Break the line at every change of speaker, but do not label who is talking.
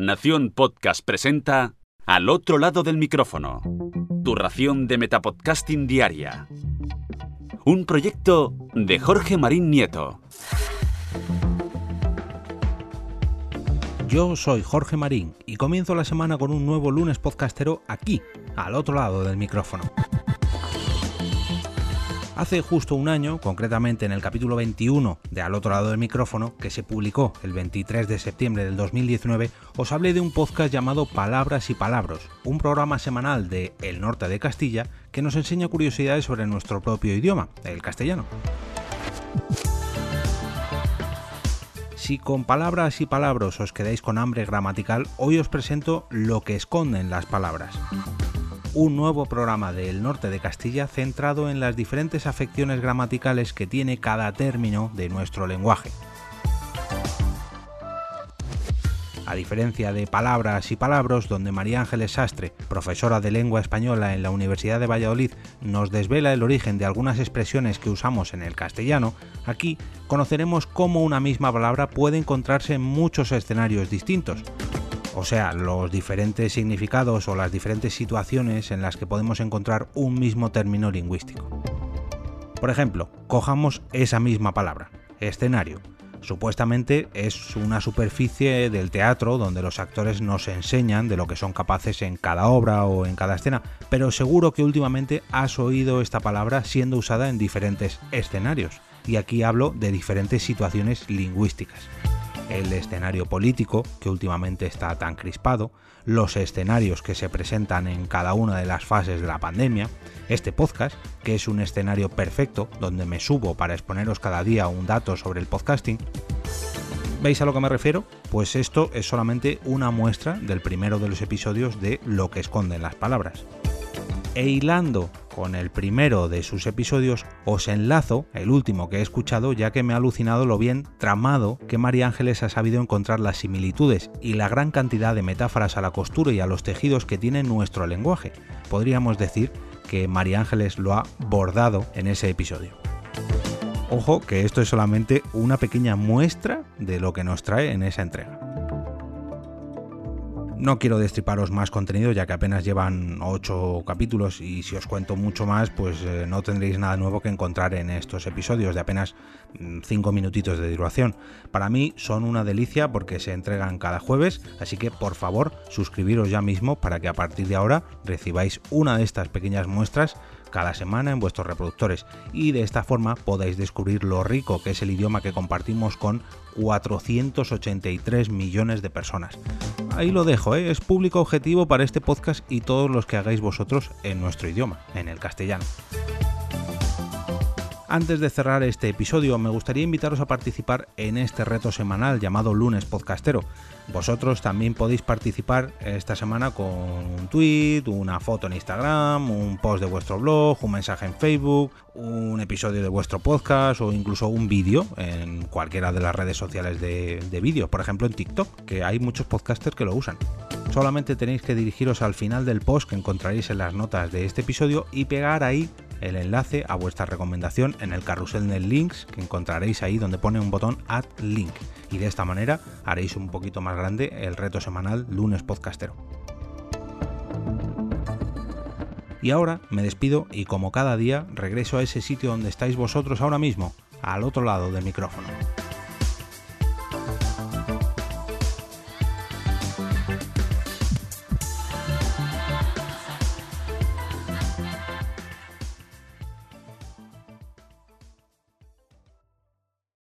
Nación Podcast presenta Al otro lado del micrófono, tu ración de metapodcasting diaria. Un proyecto de Jorge Marín Nieto.
Yo soy Jorge Marín y comienzo la semana con un nuevo lunes podcastero aquí, al otro lado del micrófono. Hace justo un año, concretamente en el capítulo 21 de Al otro lado del micrófono, que se publicó el 23 de septiembre del 2019, os hablé de un podcast llamado Palabras y Palabros, un programa semanal de El Norte de Castilla que nos enseña curiosidades sobre nuestro propio idioma, el castellano. Si con Palabras y Palabros os quedáis con hambre gramatical, hoy os presento Lo que esconden las palabras. Un nuevo programa de El Norte de Castilla centrado en las diferentes afecciones gramaticales que tiene cada término de nuestro lenguaje. A diferencia de Palabras y Palabros, donde María Ángeles Sastre, profesora de lengua española en la Universidad de Valladolid, nos desvela el origen de algunas expresiones que usamos en el castellano, aquí conoceremos cómo una misma palabra puede encontrarse en muchos escenarios distintos. O sea, los diferentes significados o las diferentes situaciones en las que podemos encontrar un mismo término lingüístico. Por ejemplo, cojamos esa misma palabra, escenario. Supuestamente es una superficie del teatro donde los actores nos enseñan de lo que son capaces en cada obra o en cada escena, pero seguro que últimamente has oído esta palabra siendo usada en diferentes escenarios, y aquí hablo de diferentes situaciones lingüísticas. El escenario político, que últimamente está tan crispado, los escenarios que se presentan en cada una de las fases de la pandemia, este podcast, que es un escenario perfecto donde me subo para exponeros cada día un dato sobre el podcasting. ¿Veis a lo que me refiero? Pues esto es solamente una muestra del primero de los episodios de Lo que esconden las palabras. E hilando con el primero de sus episodios, os enlazo el último que he escuchado, ya que me ha alucinado lo bien tramado que María Ángeles ha sabido encontrar las similitudes y la gran cantidad de metáforas a la costura y a los tejidos que tiene nuestro lenguaje. Podríamos decir que María Ángeles lo ha bordado en ese episodio. Ojo, que esto es solamente una pequeña muestra de lo que nos trae en esa entrega. No quiero destriparos más contenido, ya que apenas llevan 8 capítulos y si os cuento mucho más, pues no tendréis nada nuevo que encontrar en estos episodios de apenas 5 minutitos de duración. Para mí son una delicia porque se entregan cada jueves, así que por favor suscribiros ya mismo para que a partir de ahora recibáis una de estas pequeñas muestras cada semana en vuestros reproductores y de esta forma podáis descubrir lo rico que es el idioma que compartimos con 483 millones de personas. Ahí lo dejo, es público objetivo para este podcast y todos los que hagáis vosotros en nuestro idioma, en el castellano. Antes de cerrar este episodio, me gustaría invitaros a participar en este reto semanal llamado Lunes Podcastero. Vosotros también podéis participar esta semana con un tweet, una foto en Instagram, un post de vuestro blog, un mensaje en Facebook, un episodio de vuestro podcast o incluso un vídeo en cualquiera de las redes sociales de vídeo, por ejemplo en TikTok, que hay muchos podcasters que lo usan. Solamente tenéis que dirigiros al final del post que encontraréis en las notas de este episodio y pegar ahí el enlace a vuestra recomendación en el carrusel de links que encontraréis ahí donde pone un botón Add Link, y de esta manera haréis un poquito más grande el reto semanal Lunes Podcastero. Y ahora me despido y como cada día regreso a ese sitio donde estáis vosotros ahora mismo, al otro lado del micrófono.